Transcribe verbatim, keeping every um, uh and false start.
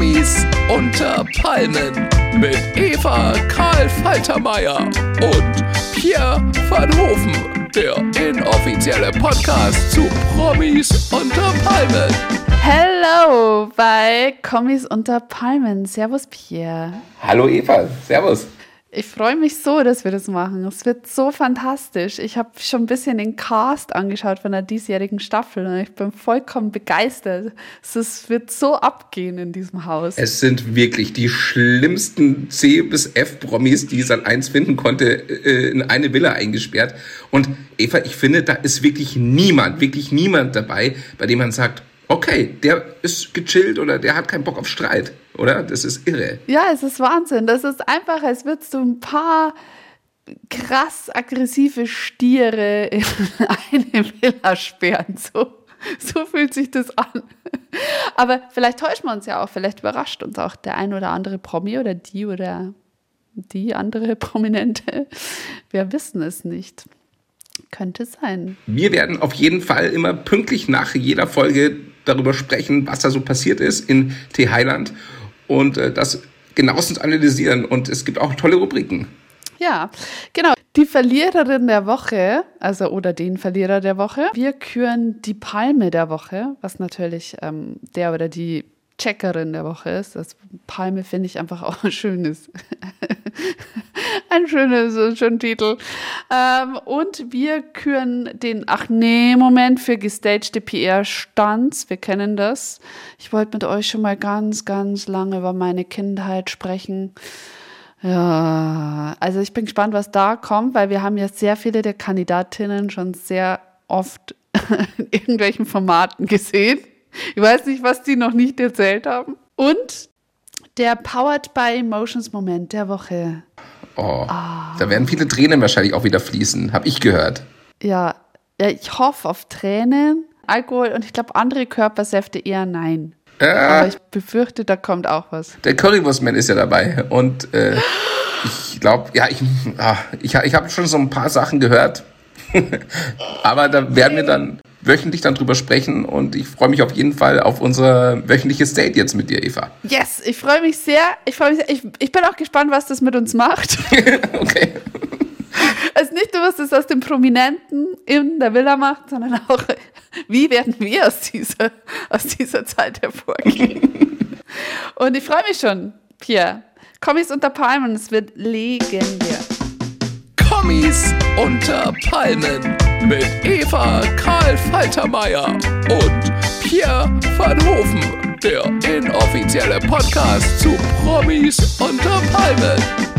Promis unter Palmen mit Eva Karl Faltermeier und Pierre van Hofen, der inoffizielle Podcast zu Promis unter Palmen. Hello bei Kommis unter Palmen. Servus Pierre. Hallo Eva, servus. Ich freue mich so, dass wir das machen. Es wird so fantastisch. Ich habe schon ein bisschen den Cast angeschaut von der diesjährigen Staffel und ich bin vollkommen begeistert. Es wird so abgehen in diesem Haus. Es sind wirklich die schlimmsten C bis F-Promis, die Sat eins finden konnte, in eine Villa eingesperrt. Und Eva, ich finde, da ist wirklich niemand, wirklich niemand dabei, bei dem man sagt, okay, der ist gechillt oder der hat keinen Bock auf Streit, oder? Das ist irre. Ja, es ist Wahnsinn. Das ist einfach, als würdest du ein paar krass aggressive Stiere in eine Villa sperren. So, so fühlt sich das an. Aber vielleicht täuschen wir uns ja auch, vielleicht überrascht uns auch der ein oder andere Promi oder die oder die andere Prominente. Wir wissen es nicht. Könnte sein. Wir werden auf jeden Fall immer pünktlich nach jeder Folge darüber sprechen, was da so passiert ist in Thailand und äh, das genauestens analysieren. Und es gibt auch tolle Rubriken. Ja, genau. Die Verliererin der Woche, also oder den Verlierer der Woche. Wir küren die Palme der Woche, was natürlich ähm, der oder die Checkerin der Woche ist. Das Palme finde ich einfach auch ein schönes, ein schönes, ein schöner Titel. Ähm, und wir küren den, ach nee, Moment, für gestagte P R-Stunts. Wir kennen das. Ich wollte mit euch schon mal ganz, ganz lange über meine Kindheit sprechen. Ja, also ich bin gespannt, was da kommt, weil wir haben ja sehr viele der Kandidatinnen schon sehr oft in irgendwelchen Formaten gesehen. Ich weiß nicht, was die noch nicht erzählt haben. Und der Powered by Emotions Moment der Woche. Oh, oh. Da werden viele Tränen wahrscheinlich auch wieder fließen, habe ich gehört. Ja, ja, ich hoffe auf Tränen, Alkohol und ich glaube andere Körpersäfte eher nein. Äh, Aber ich befürchte, da kommt auch was. Der Currywurstman ist ja dabei und äh, ich glaube, ja, ich, ah, ich, ich habe schon so ein paar Sachen gehört. Aber da werden wir dann wöchentlich dann drüber sprechen und ich freue mich auf jeden Fall auf unser wöchentliches Date jetzt mit dir, Eva. Yes, ich freue mich sehr. Ich freue mich sehr. Ich, ich bin auch gespannt, was das mit uns macht. Okay. Also nicht nur, was das aus den Prominenten in der Villa macht, sondern auch, wie werden wir aus dieser, aus dieser Zeit hervorgehen. Und ich freue mich schon, Pierre. Kommis unter Palmen, es wird legendär. Kommis unter Palmen mit Eva Karl Faltermeier und Pierre van Hofen, der inoffizielle Podcast zu Promis unter Palmen.